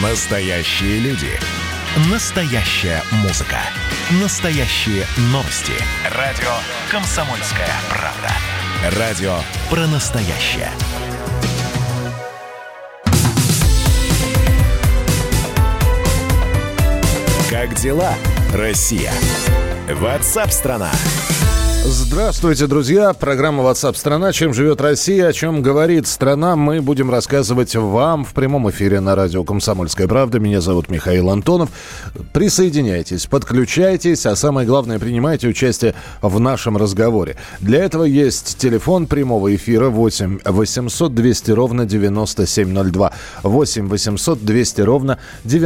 Настоящие люди. Настоящая музыка. Настоящие новости. Радио «Комсомольская правда». Радио про настоящее. Как дела, Россия? WhatsApp-страна. Здравствуйте, друзья. Программа WhatsApp-страна. Чем живет Россия, о чем говорит страна, мы будем рассказывать вам в прямом эфире на радио «Комсомольская правда». Меня зовут Михаил Антонов. Присоединяйтесь, подключайтесь, а самое главное, принимайте участие в нашем разговоре. Для этого есть телефон прямого эфира 8 800 200 ровно 9702. 8 800 200 ровно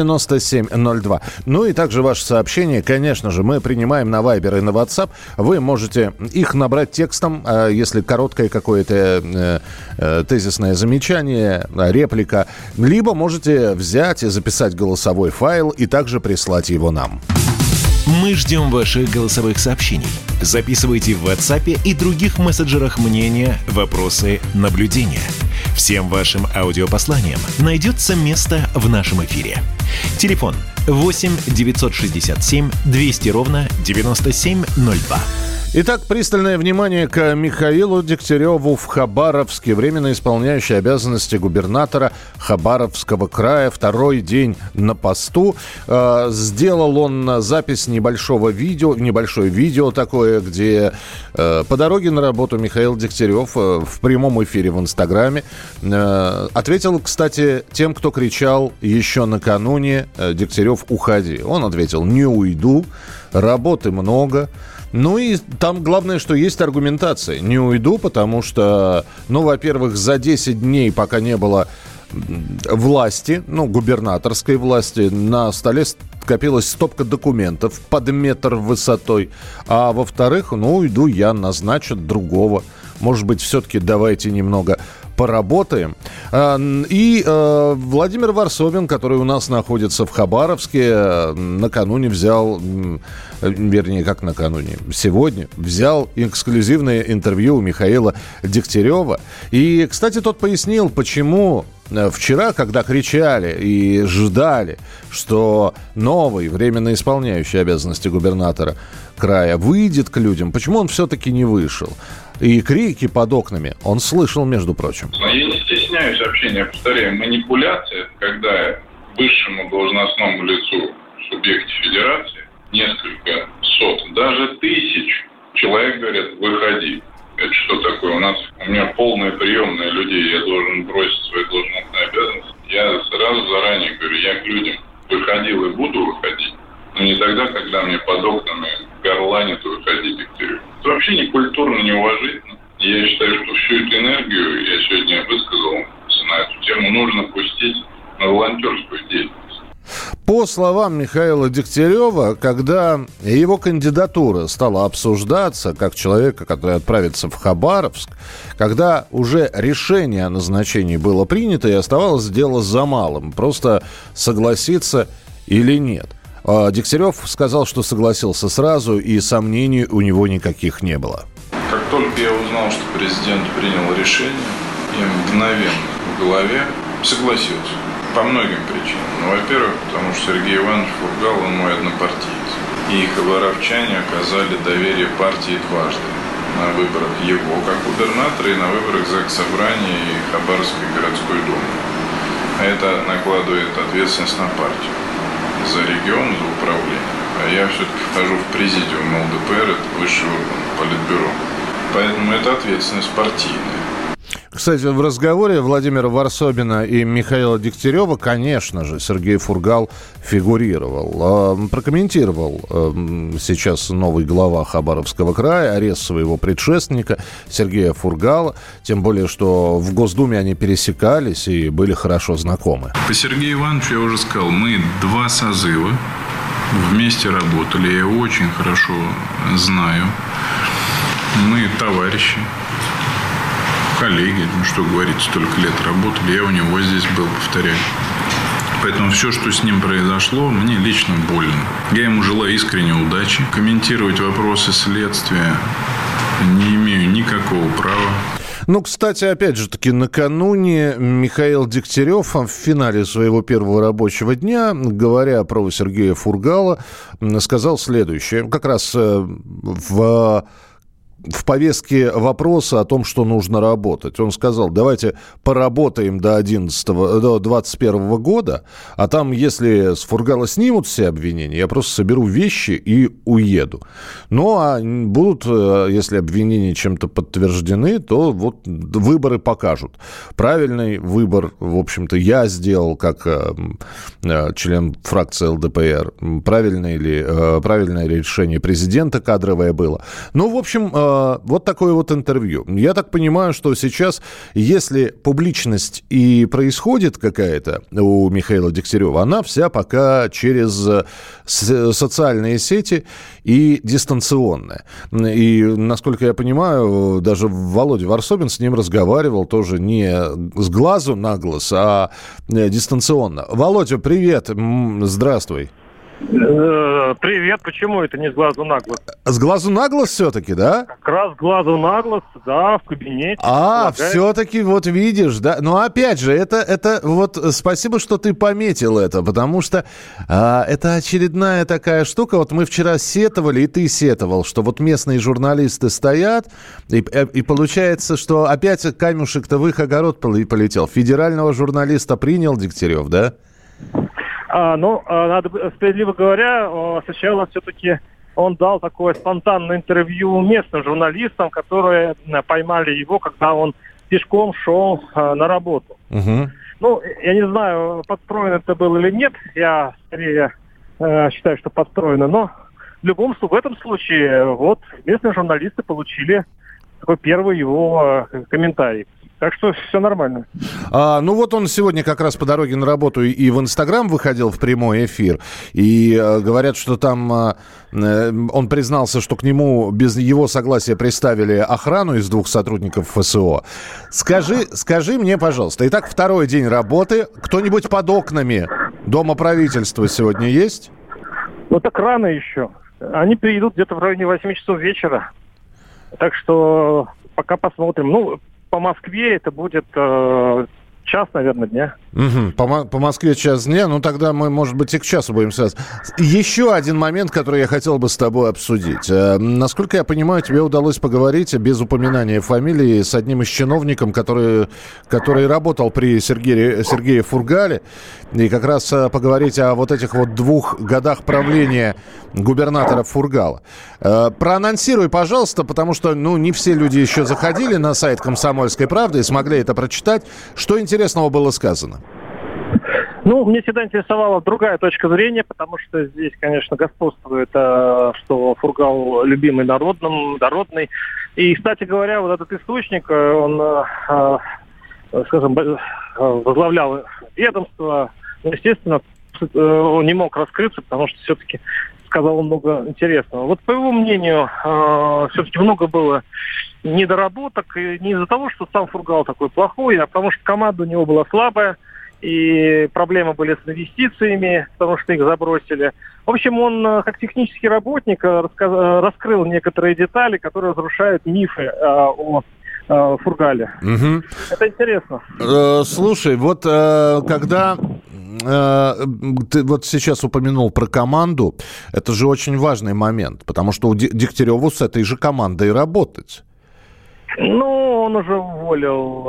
9702. Ну и также ваши сообщения, конечно же, мы принимаем на Viber и на WhatsApp. Вы можете их набрать текстом, если короткое какое-то тезисное замечание, реплика. Либо можете взять и записать голосовой файл и также прислать его нам. Мы ждем ваших голосовых сообщений. Записывайте в WhatsApp и других мессенджерах мнения, вопросы, наблюдения. Всем вашим аудиопосланиям найдется место в нашем эфире. Телефон 8 967 200 ровно 9702. Итак, пристальное внимание к Михаилу Дегтяреву в Хабаровске. Временно исполняющий обязанности губернатора Хабаровского края. Второй день на посту. Сделал он запись небольшое видео такое, где по дороге на работу Михаил Дегтярев в прямом эфире в Инстаграме ответил, кстати, тем, кто кричал еще накануне: «Дегтярев, уходи». Он ответил: «Не уйду, работы много». Ну и там главное, что есть аргументация. Не уйду, потому что, во-первых, за 10 дней, пока не было власти, губернаторской власти, на столе скопилась стопка документов под метр высотой. А во-вторых, уйду я, назначат другого. Может быть, все-таки давайте немного поработаем. И Владимир Варсобин, который у нас находится в Хабаровске, сегодня взял эксклюзивное интервью у Михаила Дегтярева. И, кстати, тот пояснил, почему вчера, когда кричали и ждали, что новый, временно исполняющий обязанности губернатора края выйдет к людям, почему он все-таки не вышел. И крики под окнами он слышал, между прочим. Я не стесняюсь общения, повторяю, манипуляция, когда высшему должностному лицу в субъекте федерации несколько сот, даже тысяч человек говорят: выходи. Это что такое? У меня полная приемная людей, я должен бросить свои должностные обязанности. Я сразу заранее говорю, я к людям выходил и буду выходить, но не тогда, когда мне под окнами горланят: выходи, Дегтярев. Это вообще не культурно, не уважительно. Я считаю, что всю эту энергию, я сегодня высказал на эту тему, нужно пустить на волонтерскую деятельность. По словам Михаила Дегтярева, когда его кандидатура стала обсуждаться как человека, который отправится в Хабаровск, когда уже решение о назначении было принято, и оставалось дело за малым, просто согласиться или нет. Дегтярев сказал, что согласился сразу, и сомнений у него никаких не было. Как только я узнал, что президент принял решение, я мгновенно в голове согласился. По многим причинам. Во-первых, потому что Сергей Иванович Фургал, он мой однопартиец. И хабаровчане оказали доверие партии дважды. На выборах его как губернатора и на выборах Заксобрания и Хабаровской городской думы. А это накладывает ответственность на партию. За регион, за управление. А я все-таки вхожу в президиум ЛДПР, это высший орган политбюро. Поэтому это ответственность партийная. Кстати, в разговоре Владимира Варсобина и Михаила Дегтярева, конечно же, Сергей Фургал фигурировал. Прокомментировал сейчас новый глава Хабаровского края арест своего предшественника Сергея Фургала. Тем более, что в Госдуме они пересекались и были хорошо знакомы. По Сергею Ивановичу я уже сказал, мы 2 созыва вместе работали. Я его очень хорошо знаю. Мы товарищи. Коллеги, что говорить, столько лет работали, я у него здесь был, повторяю. Поэтому все, что с ним произошло, мне лично больно. Я ему желаю искренней удачи. Комментировать вопросы следствия не имею никакого права. Ну, кстати, опять же таки, накануне Михаил Дегтярев в финале своего первого рабочего дня, говоря про Сергея Фургала, сказал следующее. Как раз в повестке вопроса о том, что нужно работать. Он сказал, давайте поработаем до 2021 года, а там, если с Фургала снимут все обвинения, я просто соберу вещи и уеду. Ну, а будут, если обвинения чем-то подтверждены, то вот выборы покажут. Правильный выбор, в общем-то, я сделал как член фракции ЛДПР. Правильное решение президента кадровое было. Ну, в общем, вот такое вот интервью. Я так понимаю, что сейчас, если публичность и происходит какая-то у Михаила Дегтярева, она вся пока через социальные сети и дистанционная. И, насколько я понимаю, даже Володя Варсобин с ним разговаривал тоже не с глазу на глаз, а дистанционно. Володя, привет, здравствуй. Привет, почему это не с глазу на глаз? С глазу на глаз все-таки, да? Как раз с глазу на глаз, да, в кабинете. Все-таки вот видишь, да. Но опять же, это вот спасибо, что ты пометил это, потому что это очередная такая штука. Вот мы вчера сетовали, и ты сетовал, что вот местные журналисты стоят, и получается, что опять камешек-то в их огород полетел. Федерального журналиста принял Дегтярев, да? Надо, справедливо говоря, сначала все-таки он дал такое спонтанное интервью местным журналистам, которые поймали его, когда он пешком шел на работу. Угу. Ну, я не знаю, подстроено это было или нет, я скорее считаю, что подстроено, но в этом случае вот местные журналисты получили такой первый его комментарий. Так что все нормально. Ну вот он сегодня как раз по дороге на работу и в Инстаграм выходил в прямой эфир. И говорят, что там он признался, что к нему без его согласия приставили охрану из 2 сотрудников ФСО. Скажи мне, пожалуйста, итак, второй день работы. Кто-нибудь под окнами Дома правительства сегодня есть? Ну так рано еще. Они приедут где-то в районе 8 часов вечера. Так что пока посмотрим. Ну, по Москве это будет час, наверное, дня. Угу. По Москве час дня. Ну, тогда мы, может быть, и к часу будем связаны. Еще один момент, который я хотел бы с тобой обсудить. Насколько я понимаю, тебе удалось поговорить без упоминания фамилии с одним из чиновников, который работал при Сергее Фургале. И как раз поговорить о вот этих вот 2 годах правления губернатора Фургала. Проанонсируй, пожалуйста, потому что, не все люди еще заходили на сайт «Комсомольской правды» и смогли это прочитать. Что интересного было сказано? Мне всегда интересовала другая точка зрения, потому что здесь, конечно, господствует, что Фургал любимый народный. И, кстати говоря, вот этот источник, он, скажем, возглавлял ведомство. Естественно, он не мог раскрыться, потому что все-таки сказал много интересного. Вот по его мнению, все-таки много было недоработок, и не из-за того, что сам Фургал такой плохой, а потому что команда у него была слабая, и проблемы были с инвестициями, потому что их забросили. В общем, он, как технический работник, раскрыл некоторые детали, которые разрушают мифы о Фургале. Угу. Это интересно. Слушай, вот когда... Ты вот сейчас упомянул про команду. Это же очень важный момент, потому что у Дегтяреву с этой же командой работать. Он уже уволил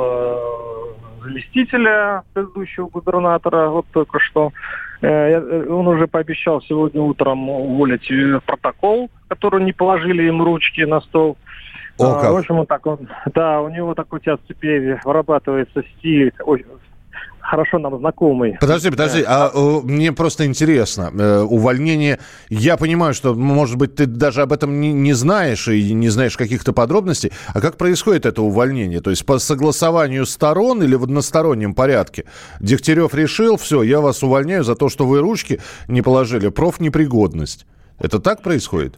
заместителя предыдущего губернатора, вот только что. Он уже пообещал сегодня утром уволить протокол, который не положили им ручки на стол. В общем, у него такой теперь вырабатывается стиль, хорошо нам знакомый. Подожди, мне просто интересно. Увольнение, я понимаю, что, может быть, ты даже об этом не знаешь и не знаешь каких-то подробностей. А как происходит это увольнение? То есть по согласованию сторон или в одностороннем порядке? Дегтярев решил, все, я вас увольняю за то, что вы ручки не положили, профнепригодность. Это так происходит?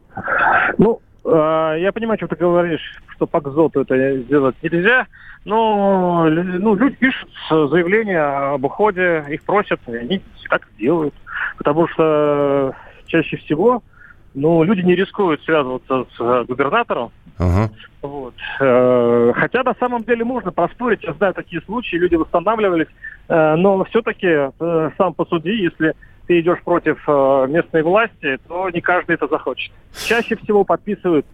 Я понимаю, что ты говоришь, что по КЗОТу это сделать нельзя, но люди пишут заявления об уходе, их просят, и они так делают. Потому что чаще всего люди не рискуют связываться с губернатором. Вот. Хотя на самом деле можно поспорить, я знаю такие случаи, люди восстанавливались, но все-таки сам посуди, если ты идешь против местной власти, то не каждый это захочет. Чаще всего подписывают.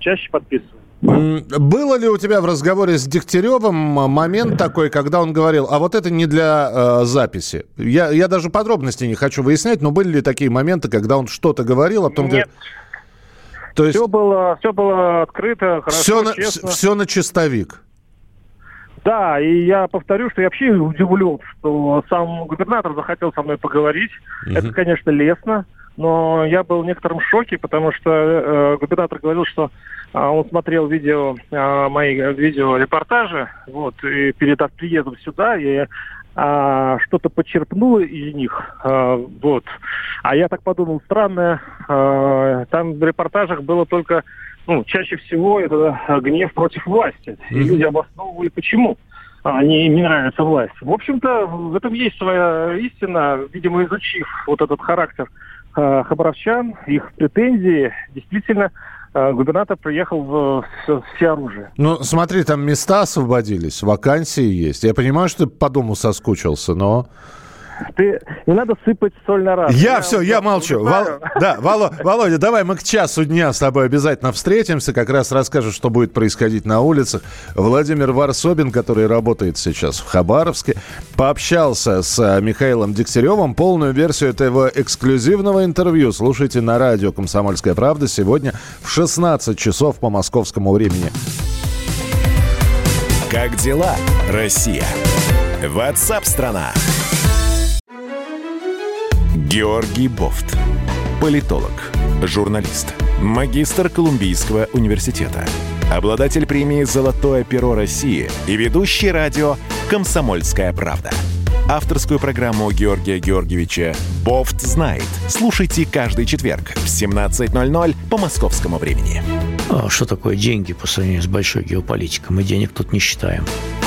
Было ли у тебя в разговоре с Дегтяревым момент такой, когда он говорил, а вот это не для записи? Я даже подробностей не хочу выяснять, но были ли такие моменты, когда он что-то говорил, а потом... Нет. То есть... Все было открыто, хорошо, честно. Все на чистовик. Да, и я повторю, что я вообще удивлен, что сам губернатор захотел со мной поговорить. Это, конечно, лестно, но я был в некотором шоке, потому что губернатор говорил, что он смотрел мои видеорепортажи, и перед приездом сюда я что-то почерпнул из них, А я так подумал, странно, там в репортажах было только, чаще всего это гнев против власти. И люди обосновывали, почему они не нравится власть. В общем-то, в этом есть своя истина. Видимо, изучив этот характер хабаровчан, их претензии, действительно, губернатор приехал в всеоружие. Смотри, там места освободились, вакансии есть. Я понимаю, что ты по дому соскучился, но... Не надо сыпать соль на рану. Я молчу. Володя, давай мы к часу дня с тобой обязательно встретимся, как раз расскажешь, что будет происходить на улицах. Владимир Варсобин, который работает сейчас в Хабаровске, пообщался с Михаилом Дегтяревым. Полную версию этого эксклюзивного интервью слушайте на радио «Комсомольская правда» сегодня в 16 часов по московскому времени. Как дела, Россия? WhatsApp-страна. Георгий Бофт. Политолог, журналист, магистр Колумбийского университета, обладатель премии «Золотое перо России» и ведущий радио «Комсомольская правда». Авторскую программу Георгия Георгиевича «Бофт знает». Слушайте каждый четверг в 17:00 по московскому времени. Что такое деньги по сравнению с большой геополитикой? Мы денег тут не считаем.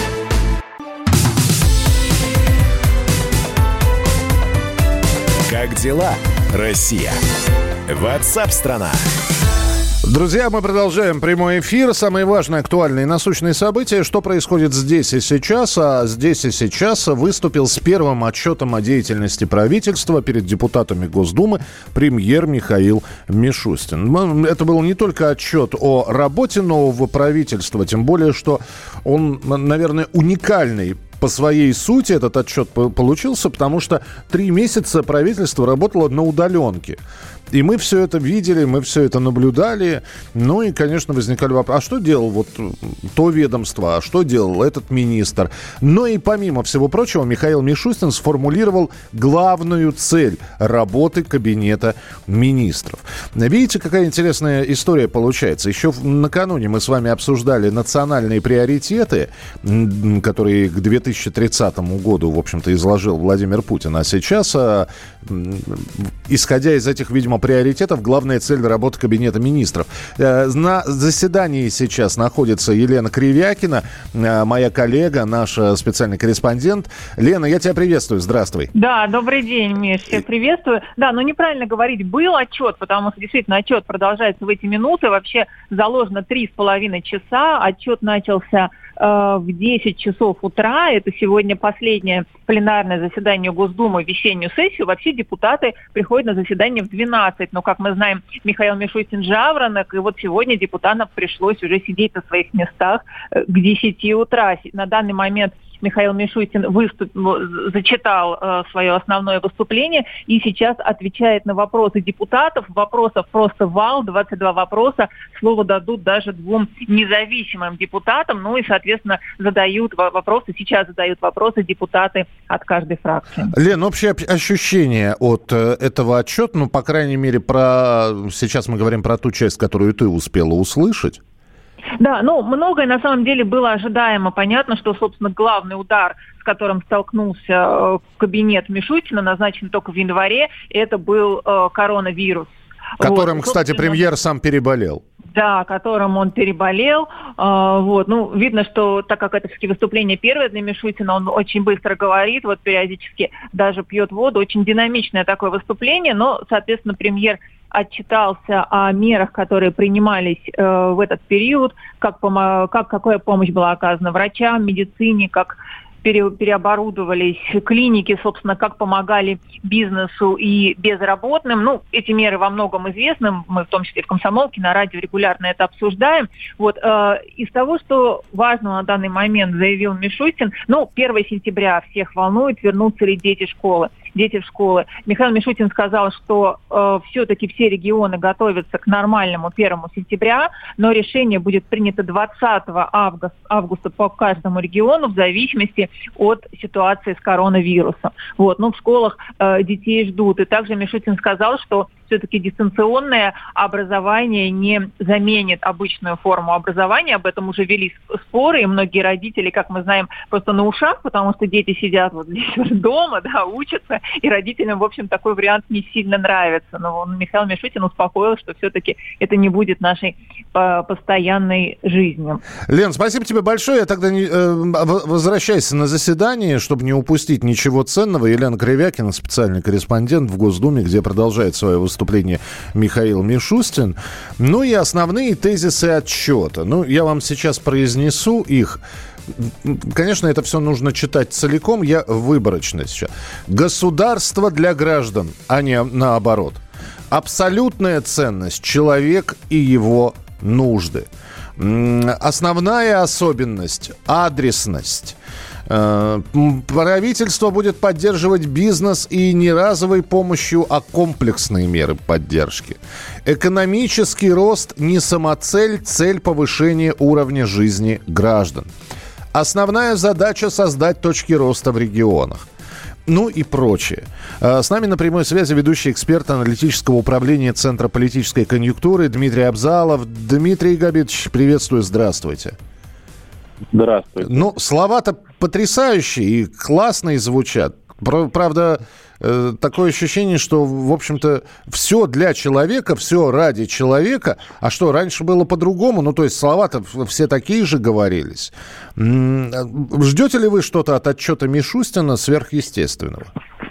Как дела, Россия? WhatsApp-страна. Друзья, мы продолжаем прямой эфир. Самые важные, актуальные и насущные события. Что происходит здесь и сейчас? А здесь и сейчас выступил с первым отчетом о деятельности правительства перед депутатами Госдумы премьер Михаил Мишустин. Это был не только отчет о работе нового правительства, тем более, что он, наверное, уникальный по своей сути этот отчет получился, потому что 3 месяца правительство работало на удаленке. И мы все это видели, мы все это наблюдали. И, конечно, возникали вопросы. А что делал то ведомство? А что делал этот министр? Но и помимо всего прочего, Михаил Мишустин сформулировал главную цель работы кабинета министров. Видите, какая интересная история получается. Еще накануне мы с вами обсуждали национальные приоритеты, которые к 2030 году, в общем-то, изложил Владимир Путин. А сейчас, исходя из этих, видимо, приоритетов, главная цель работы кабинета министров. На заседании сейчас находится Елена Кривякина, моя коллега, наш специальный корреспондент. Лена, я тебя приветствую, здравствуй. Да, добрый день, Миш, всех приветствую. Да, неправильно говорить, был отчет, потому что действительно отчет продолжается в эти минуты. Вообще заложено 3,5 часа, отчет начался в 10 часов утра. Это сегодня последнее пленарное заседание Госдумы, весеннюю сессию. Вообще депутаты приходят на заседание в 12. Но, как мы знаем, Михаил Мишустин жаворонок, и сегодня депутатам пришлось уже сидеть на своих местах к 10 утра. На данный момент Михаил Мишустин зачитал свое основное выступление и сейчас отвечает на вопросы депутатов. Вопросов просто вал, 22 вопроса. Слово дадут даже 2 независимым депутатам. И, соответственно, сейчас задают вопросы депутаты от каждой фракции. Лен, общее ощущение от этого отчета, по крайней мере, сейчас мы говорим про ту часть, которую ты успела услышать. Да, многое на самом деле было ожидаемо. Понятно, что, собственно, главный удар, с которым столкнулся кабинет Мишустина, назначен только в январе, это был коронавирус. Которым, кстати, премьер сам переболел. Да, которым он переболел. Видно, что так как это все-таки выступление первое для Мишустина, он очень быстро говорит, периодически даже пьет воду. Очень динамичное такое выступление, но, соответственно, премьер отчитался о мерах, которые принимались в этот период, какая помощь была оказана врачам, медицине, как переоборудовались клиники, собственно, как помогали бизнесу и безработным. Ну, эти меры во многом известны, мы в том числе в «Комсомолке» на радио регулярно это обсуждаем. Вот, из того, что важно на данный момент, заявил Мишустин, 1 сентября всех волнует, вернутся ли дети в школы. Михаил Мишустин сказал, что все-таки все регионы готовятся к нормальному 1 сентября, но решение будет принято 20 августа по каждому региону в зависимости от ситуации с коронавирусом. Вот, в школах детей ждут. И также Мишустин сказал, что все-таки дистанционное образование не заменит обычную форму образования. Об этом уже вели споры, и многие родители, как мы знаем, просто на ушах, потому что дети сидят вот здесь дома, учатся, и родителям, в общем, такой вариант не сильно нравится. Но Михаил Мишустин успокоил, что все-таки это не будет нашей постоянной жизнью. Лен, спасибо тебе большое. Я тогда возвращайся на заседание, чтобы не упустить ничего ценного. Елена Кривякина, специальный корреспондент в Госдуме, где продолжает свое выступление Михаил Мишустин. И основные тезисы отчета. Я вам сейчас произнесу их. Конечно, это все нужно читать целиком. Я выборочно сейчас. Государство для граждан, а не наоборот. Абсолютная ценность – человек и его нужды. Основная особенность – адресность. Правительство будет поддерживать бизнес и не разовой помощью, а комплексные меры поддержки. Экономический рост не самоцель, цель повышения уровня жизни граждан. Основная задача – создать точки роста в регионах. И прочее. С нами на прямой связи ведущий эксперт аналитического управления Центра политической конъюнктуры Дмитрий Абзалов. Дмитрий Габитович, приветствую, здравствуйте. Здравствуйте. Слова-то потрясающие и классные звучат. Правда, такое ощущение, что, в общем-то, все для человека, все ради человека. А что, раньше было по-другому? То есть слова-то все такие же говорились. Ждете ли вы что-то от отчета Мишустина сверхъестественного?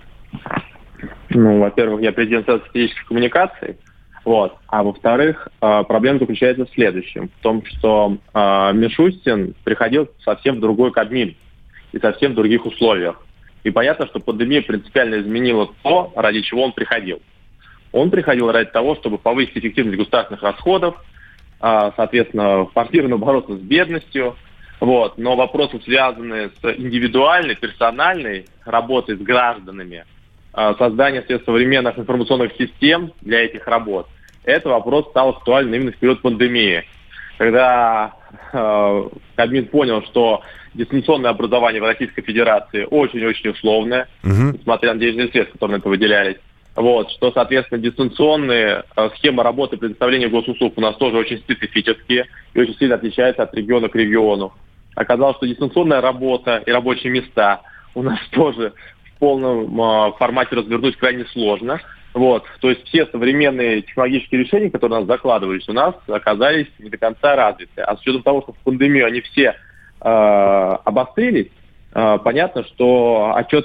Во-первых, я президент Центра стратегических коммуникаций. А во-вторых, проблема заключается в следующем. В том, что Мишустин приходил совсем в другой Кабмин и совсем в других условиях. И понятно, что пандемия принципиально изменила то, ради чего он приходил. Он приходил ради того, чтобы повысить эффективность государственных расходов, соответственно, поширенно бороться с бедностью. Но вопросы, связанные с индивидуальной, персональной работой с гражданами, создание современных информационных систем для этих работ, этот вопрос стал актуальным именно в период пандемии. Когда Кабмин понял, что дистанционное образование в Российской Федерации очень-очень условное, несмотря на денежные средства, которые на это выделялись. Что, соответственно, дистанционные схемы работы предоставления госуслуг у нас тоже очень специфические и очень сильно отличаются от региона к региону. Оказалось, что дистанционная работа и рабочие места у нас тоже в полном формате развернуть крайне сложно. То есть все современные технологические решения, которые у нас закладывались, у нас оказались не до конца развиты. А с учетом того, что в пандемию они все обострились, понятно, что отчет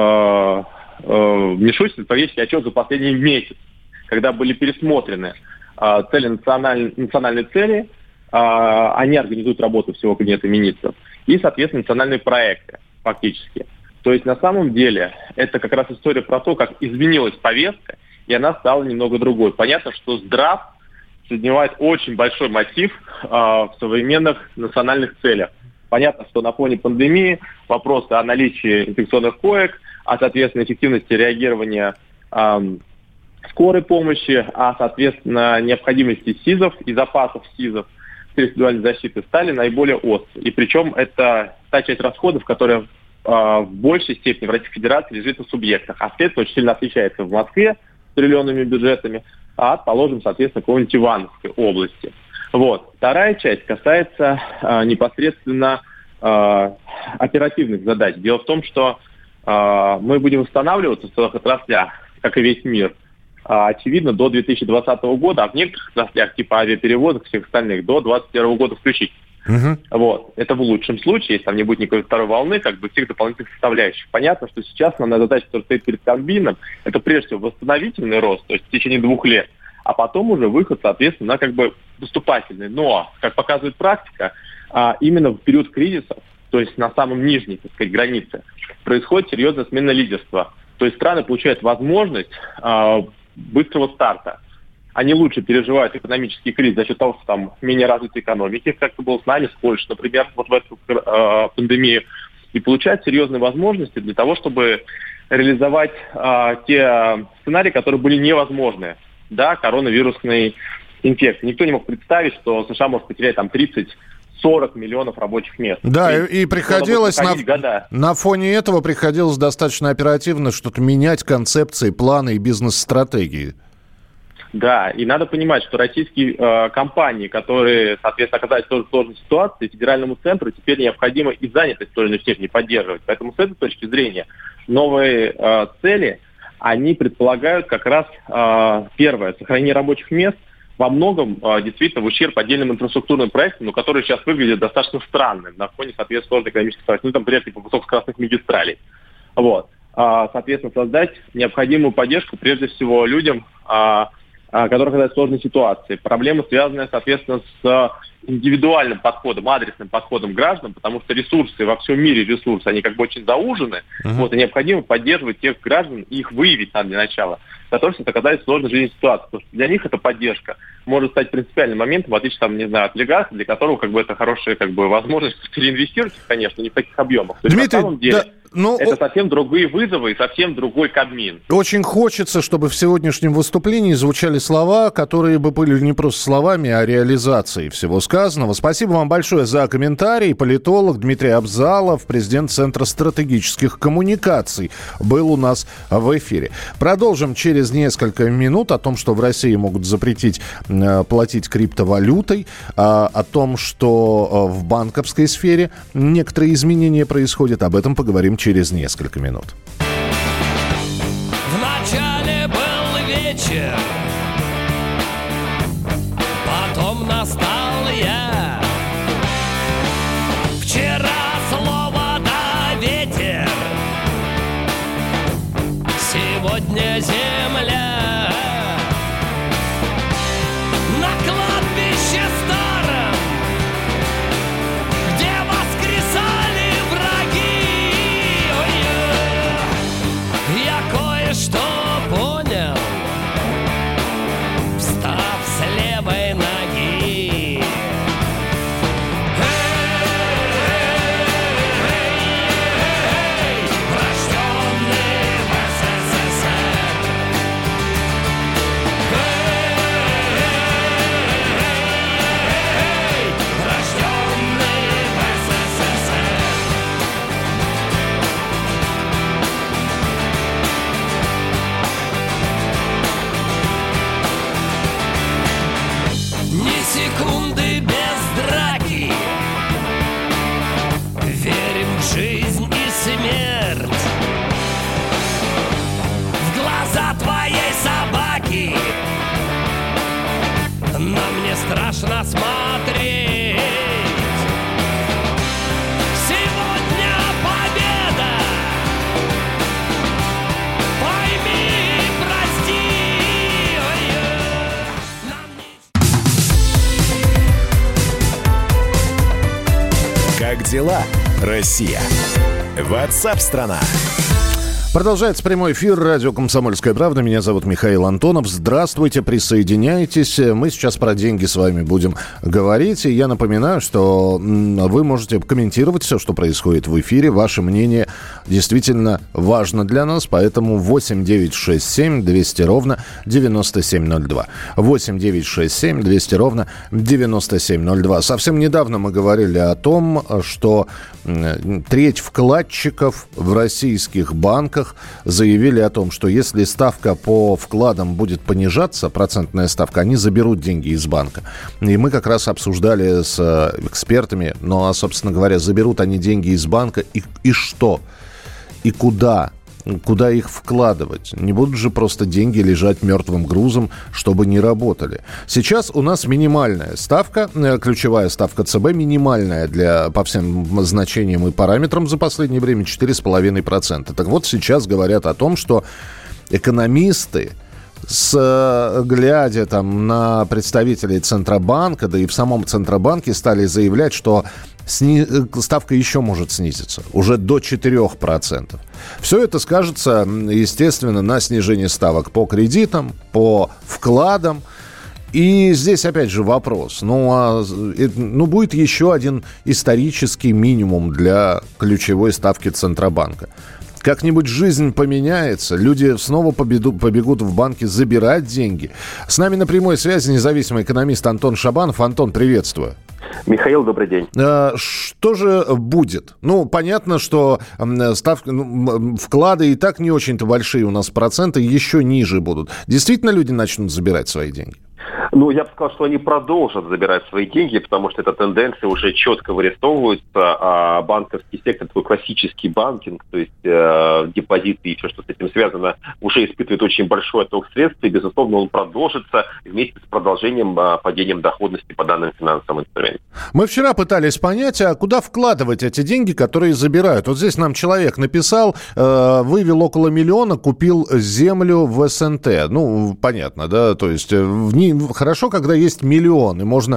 Мишустина, стратегический отчет за последний месяц, когда были пересмотрены цели национальные цели, они организуют работу всего кабинета министров, и, соответственно, национальные проекты фактически. То есть, на самом деле, это как раз история про то, как изменилась повестка, и она стала немного другой. Понятно, что здрав занимает очень большой мотив в современных национальных целях. Понятно, что на фоне пандемии вопросы о наличии инфекционных коек, соответственно, эффективности реагирования скорой помощи, соответственно, необходимости СИЗов и запасов СИЗов индивидуальной защиты стали наиболее острыми. И причем это та часть расходов, которая в большей степени в Российской Федерации лежит на субъектах. А следствие очень сильно отличается в Москве с триллионными бюджетами, положим, соответственно, какой-нибудь Ивановской области. Вторая часть касается непосредственно оперативных задач. Дело в том, что мы будем восстанавливаться в целых отраслях, как и весь мир, очевидно, до 2020 года, а в некоторых отраслях, типа авиаперевозок, всех остальных, до 2021 года включительно. Это в лучшем случае, если там не будет никакой второй волны, всех дополнительных составляющих. Понятно, что сейчас основная задача, которая стоит перед Кабмином, это прежде всего восстановительный рост, то есть в течение 2 лет, а потом уже выход, соответственно, на как бы поступательный. Но, как показывает практика, именно в период кризисов, то есть на самом нижней, так сказать, границе, происходит серьезная смена лидерства. То есть страны получают возможность быстрого старта. Они лучше переживают экономический кризис за счет того, что там менее развитой экономики, как это было с нами, с Польшей, например, вот в эту пандемию, и получают серьезные возможности для того, чтобы реализовать те сценарии, которые были невозможны. Да, коронавирусной инфекции. Никто не мог представить, что США может потерять там 30-40 миллионов рабочих мест. Да, и приходилось на фоне этого приходилось достаточно оперативно что-то менять, концепции, планы и бизнес-стратегии. Да, и надо понимать, что российские компании, которые, соответственно, оказались тоже в сложной ситуации, федеральному центру теперь необходимо и занятость в той или иной степени поддерживать. Поэтому с этой точки зрения новые цели, они предполагают как раз, первое, сохранение рабочих мест, во многом действительно в ущерб отдельным инфраструктурным проектам, но которые сейчас выглядят достаточно странным на фоне, соответственно, сложной экономической ситуации. Ну, там, например, типа высокоскоростных магистралей. Вот. Соответственно, создать необходимую поддержку прежде всего людям, которые оказались в сложной ситуации. Проблема, связанная, соответственно, с индивидуальным подходом, адресным подходом к гражданам, потому что ресурсы, во всем мире ресурсы, они как бы очень заужены, вот, и необходимо поддерживать тех граждан и их выявить надо для начала, которые оказались в сложной жизненной ситуации. Потому что для них эта поддержка может стать принципиальным моментом, в отличие, там, не знаю, от олигарха, для которого как бы это хорошая как бы возможность реинвестировать, конечно, не в таких объемах. То есть, Дмитрий, на самом деле, это совсем другие вызовы и совсем другой Кабмин. Очень хочется, чтобы в сегодняшнем выступлении звучали слова, которые бы были не просто словами, а реализацией всего сказанного. Спасибо вам большое за комментарий. Политолог Дмитрий Абзалов, президент Центра стратегических коммуникаций, был у нас в эфире. Продолжим через несколько минут о том, что в России могут запретить платить криптовалютой, о том, что в банковской сфере некоторые изменения происходят. Об этом поговорим через несколько минут. Вначале был вечер, потом настал я. Вчера слово да ветер, сегодня земля. На кладбище старом, где воскресали враги, я кое-что понял, встав с левой ноги. Рожденный в СССР, рожденный в СССР. Ни секунды без драки, верим в жизнь и смерть. В глаза твоей собаки нам не страшно смотреть. Сегодня победа, пойми и прости. Как дела, Россия? WhatsApp-страна. Продолжается прямой эфир радио «Комсомольская правда». Меня зовут Михаил Антонов. Здравствуйте, присоединяйтесь. Мы сейчас про деньги с вами будем говорить. И я напоминаю, что вы можете комментировать все, что происходит в эфире. Ваше мнение действительно важно для нас. Поэтому 8 9 6 7 200 ровно 9702. 8 9 6 7 200 ровно 9702. Совсем недавно мы говорили о том, что треть вкладчиков в российских банках заявили о том, что если ставка по вкладам будет понижаться, процентная ставка, они заберут деньги из банка. И мы как раз обсуждали с экспертами, ну, а, собственно говоря, заберут они деньги из банка, и что? И куда? Куда их вкладывать? Не будут же просто деньги лежать мертвым грузом, чтобы не работали. Сейчас у нас минимальная ставка, ключевая ставка ЦБ, минимальная по всем значениям и параметрам за последнее время 4,5%. Так вот, сейчас говорят о том, что экономисты глядя там на представителей Центробанка, да и в самом Центробанке стали заявлять, что ставка еще может снизиться, уже до 4%. Все это скажется, естественно, на снижении ставок по кредитам, по вкладам. И здесь, опять же, вопрос. Будет еще один исторический минимум для ключевой ставки Центробанка. Как-нибудь жизнь поменяется, люди снова побегут в банки забирать деньги. С нами на прямой связи независимый экономист Антон Шабанов. Антон, приветствую. Михаил, добрый день. Что же будет? Понятно, что вклады и так не очень-то большие у нас проценты, еще ниже будут. Действительно люди начнут забирать свои деньги? Я бы сказал, что они продолжат забирать свои деньги, потому что эта тенденция уже четко вырисовывается, а банковский сектор, такой классический банкинг, то есть депозиты и все, что с этим связано, уже испытывает очень большой отток средств, и, безусловно, он продолжится вместе с продолжением падением доходности по данным финансовым инструментам. Мы вчера пытались понять, а куда вкладывать эти деньги, которые забирают. Вот здесь нам человек написал, вывел около 1 миллиона, купил землю в СНТ. Понятно, да, то есть хорошо, когда есть 1 миллион, и можно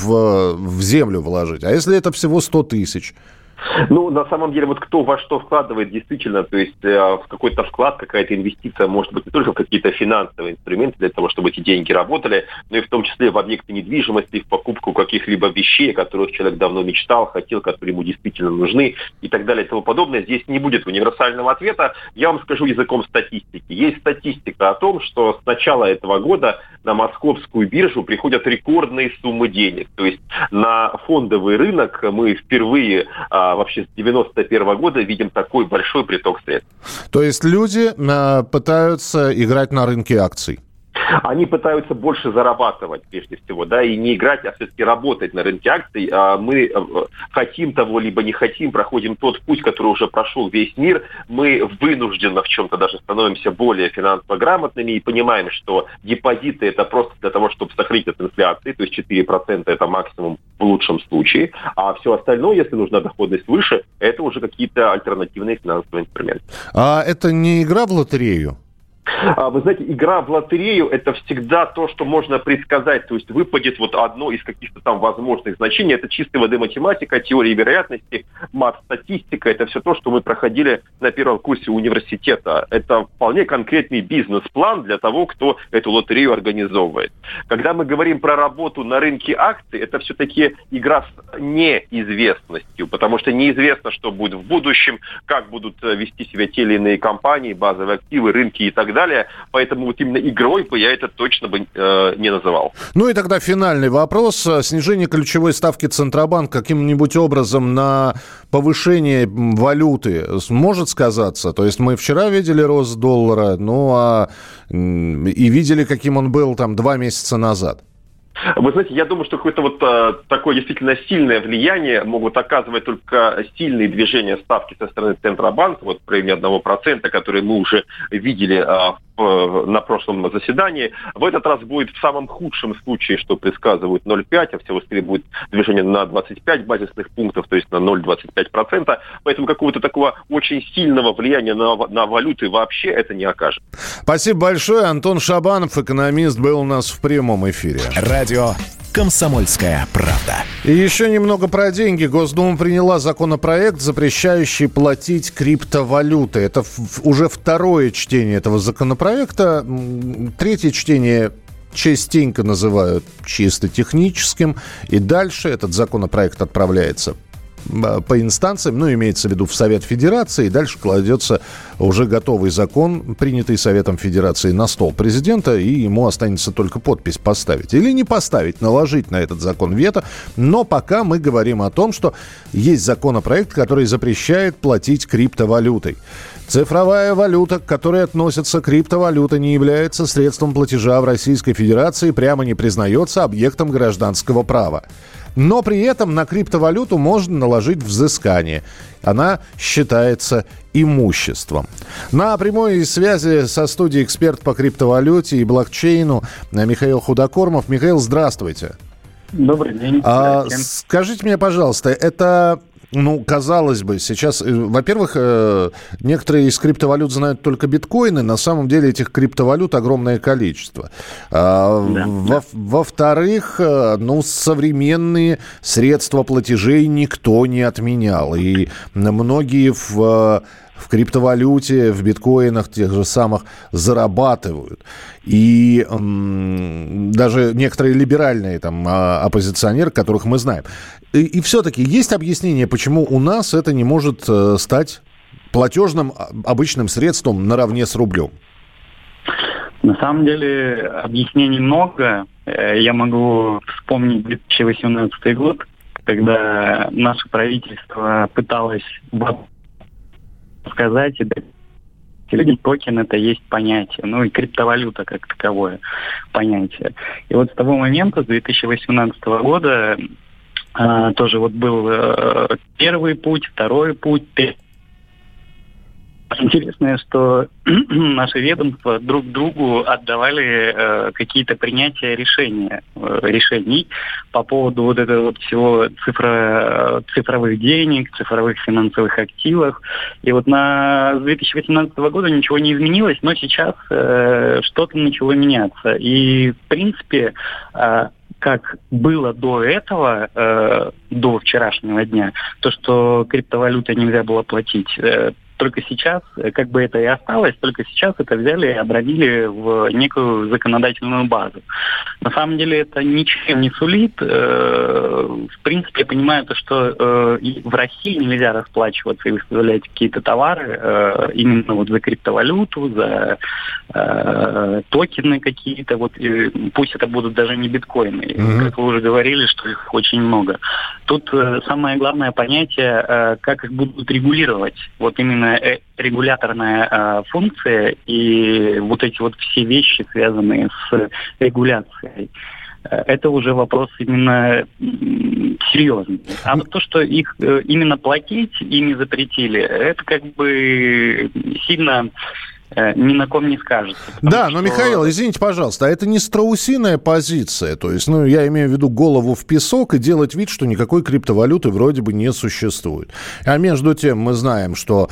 в землю вложить. А если это всего 100 тысяч? На самом деле, кто во что вкладывает, действительно, то есть в какой-то вклад, какая-то инвестиция может быть не только в какие-то финансовые инструменты для того, чтобы эти деньги работали, но и в том числе в объекты недвижимости, в покупку каких-либо вещей, о которых человек давно мечтал, хотел, которые ему действительно нужны и так далее и тому подобное. Здесь не будет универсального ответа. Я вам скажу языком статистики. Есть статистика о том, что с начала этого года на московскую биржу приходят рекордные суммы денег. То есть на фондовый рынок мы впервые вообще с 91 года видим такой большой приток средств. То есть люди пытаются играть на рынке акций? Они пытаются больше зарабатывать, прежде всего, да, и не играть, а все-таки работать на рынке акций. Мы хотим того, либо не хотим, проходим тот путь, который уже прошел весь мир. Мы вынужденно в чем-то даже становимся более финансово грамотными и понимаем, что депозиты – это просто для того, чтобы сохранить от инфляции, то есть 4% – это максимум в лучшем случае, а все остальное, если нужна доходность выше, это уже какие-то альтернативные финансовые инструменты. А это не игра в лотерею? Вы знаете, игра в лотерею – это всегда то, что можно предсказать. То есть выпадет одно из каких-то там возможных значений. Это чистой воды математика, теория вероятности, мат-статистика. Это все то, что мы проходили на первом курсе университета. Это вполне конкретный бизнес-план для того, кто эту лотерею организовывает. Когда мы говорим про работу на рынке акций, это все-таки игра с неизвестностью, потому что неизвестно, что будет в будущем, как будут вести себя те или иные компании, базовые активы, рынки и так далее. Поэтому именно игрой бы я это точно бы не называл. И тогда финальный вопрос. Снижение ключевой ставки Центробанка каким-нибудь образом на повышение валюты может сказаться? То есть мы вчера видели рост доллара, и видели, каким он был 2 месяца назад. Вы знаете, я думаю, что какое-то такое действительно сильное влияние могут оказывать только сильные движения ставки со стороны Центробанка, в районе 1%, которые мы уже видели на прошлом заседании. В этот раз будет в самом худшем случае, что предсказывают 0,5, а всего скорее будет движение на 25 базисных пунктов, то есть на 0,25%. Поэтому какого-то такого очень сильного влияния на валюты вообще это не окажет. Спасибо большое. Антон Шабанов, экономист, был у нас в прямом эфире. Радио «Комсомольская правда». И еще немного про деньги. Госдума приняла законопроект, запрещающий платить криптовалютой. Это уже второе чтение этого законопроекта. Третье чтение частенько называют чисто техническим. И дальше этот законопроект отправляется по инстанциям, имеется в виду в Совет Федерации, и дальше кладется уже готовый закон, принятый Советом Федерации, на стол президента, и ему останется только подпись поставить. Или не поставить, наложить на этот закон вето. Но пока мы говорим о том, что есть законопроект, который запрещает платить криптовалютой. Цифровая валюта, к которой относится криптовалюта, не является средством платежа в Российской Федерации, прямо не признается объектом гражданского права. Но при этом на криптовалюту можно наложить взыскание. Она считается имуществом. На прямой связи со студией эксперт по криптовалюте и блокчейну Михаил Худокормов. Михаил, здравствуйте. Добрый день. Скажите мне, пожалуйста, это казалось бы, сейчас, во-первых, некоторые из криптовалют знают только биткоины, на самом деле этих криптовалют огромное количество. Во-вторых, современные средства платежей никто не отменял, и многие в криптовалюте, в биткоинах тех же самых зарабатывают. И даже некоторые либеральные оппозиционеры, которых мы знаем. И все-таки есть объяснение, почему у нас это не может стать платежным обычным средством наравне с рублем? На самом деле объяснений много. Я могу вспомнить 2018 год, когда наше правительство пыталось сказать, и токен это есть понятие, и криптовалюта как таковое понятие. И вот с того момента, с 2018 года, тоже был первый путь, второй путь. Интересно, что наши ведомства друг другу отдавали какие-то принятия решений по поводу этого всего цифровых денег, цифровых финансовых активов. И с 2018 года ничего не изменилось, но сейчас что-то начало меняться. И, в принципе, как было до этого, до вчерашнего дня, то, что криптовалютой нельзя было платить, только сейчас, как бы это и осталось, только сейчас это взяли и обратили в некую законодательную базу. На самом деле это ничем не сулит. В принципе, я понимаю, что в России нельзя расплачиваться и выставлять какие-то товары именно за криптовалюту, за токены какие-то. Пусть это будут даже не биткоины. Как вы уже говорили, что их очень много. Тут самое главное понятие, как их будут регулировать. Именно регуляторная функция и эти все вещи, связанные с регуляцией. Это уже вопрос именно серьезный. А то, что их именно платить ими запретили, это сильно ни на ком не скажется. Да, но, Михаил, извините, пожалуйста, а это не страусиная позиция? То есть, я имею в виду голову в песок и делать вид, что никакой криптовалюты вроде бы не существует. А между тем мы знаем, что,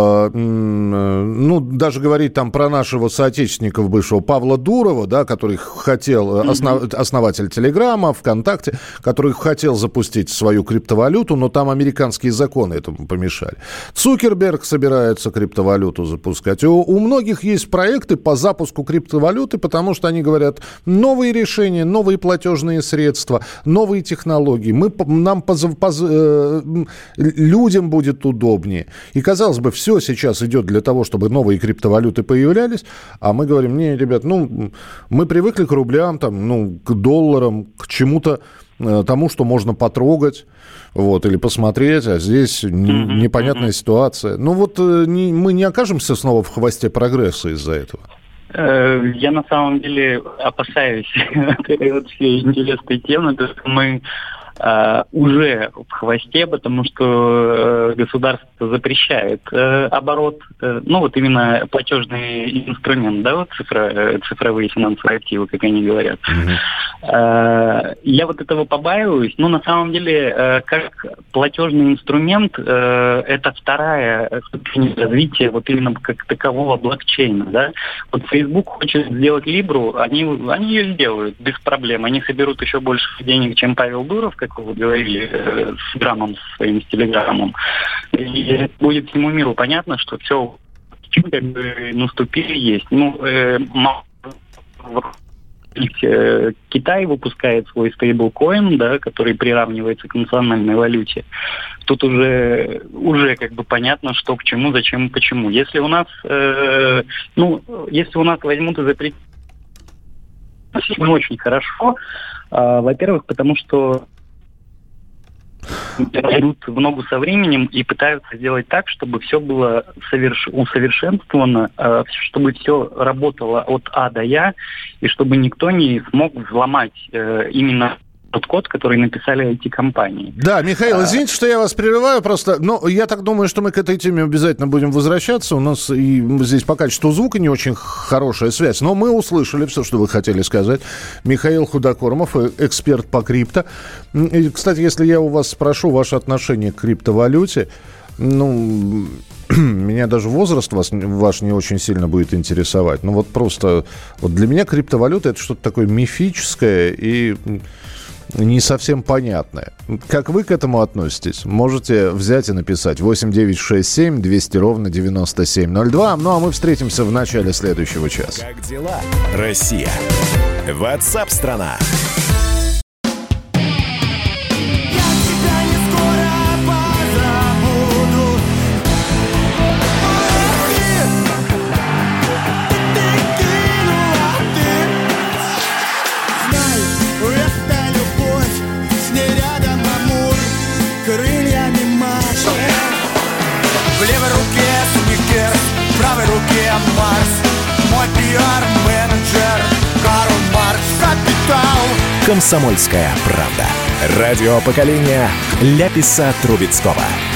даже говорить про нашего соотечественника бывшего Павла Дурова, да, который хотел, основатель Телеграма, ВКонтакте, который хотел запустить свою криптовалюту, но там американские законы этому помешали. Цукерберг собирается криптовалюту запускать. У многих есть проекты по запуску криптовалюты, потому что они говорят, новые решения, новые платежные средства, новые технологии. Людям будет удобнее. И, казалось бы, все сейчас идет для того, чтобы новые криптовалюты появлялись, а мы говорим, не, ребят, мы привыкли к рублям, к долларам, к чему-то тому, что можно потрогать, или посмотреть, а здесь непонятная ситуация. Мы не окажемся снова в хвосте прогресса из-за этого? Я на самом деле опасаюсь этой всей интересной темы, то что мы уже в хвосте, потому что государство запрещает оборот, именно платежный инструмент, цифровые финансовые активы, как они говорят. Я этого побаиваюсь, но на самом деле как платежный инструмент это вторая ступень развития именно как такового блокчейна, да. Facebook хочет сделать Libra, они ее сделают без проблем, они соберут еще больше денег, чем Павел Дуров, как вы говорили, с Грамом своим, с Телеграмом. И будет всему миру понятно, что все наступили есть. Китай выпускает свой стейблкоин, да, который приравнивается к национальной валюте. Тут уже понятно, что к чему, зачем, почему. Если у нас возьмут и запретят, не очень хорошо. Во-первых, потому что идут в ногу со временем и пытаются сделать так, чтобы все было усовершенствовано, чтобы все работало от А до Я, и чтобы никто не смог взломать именно тот код, который написали IT-компании. Да, Михаил, извините, что я вас прерываю, просто, я так думаю, что мы к этой теме обязательно будем возвращаться. У нас и здесь по качеству звука не очень хорошая связь, но мы услышали все, что вы хотели сказать. Михаил Худокормов, эксперт по крипто. И, кстати, если я у вас спрошу ваше отношение к криптовалюте, меня даже возраст ваш не очень сильно будет интересовать. Просто для меня криптовалюта — это что-то такое мифическое и не совсем понятное. Как вы к этому относитесь? Можете взять и написать 8 9 6 7 200 ровно 9702. А мы встретимся в начале следующего часа. Как дела, Россия? WhatsApp-страна. Мой пиар-менеджер Карл Маркс, капитал. «Комсомольская правда». Радио поколения Ляписа Трубецкого.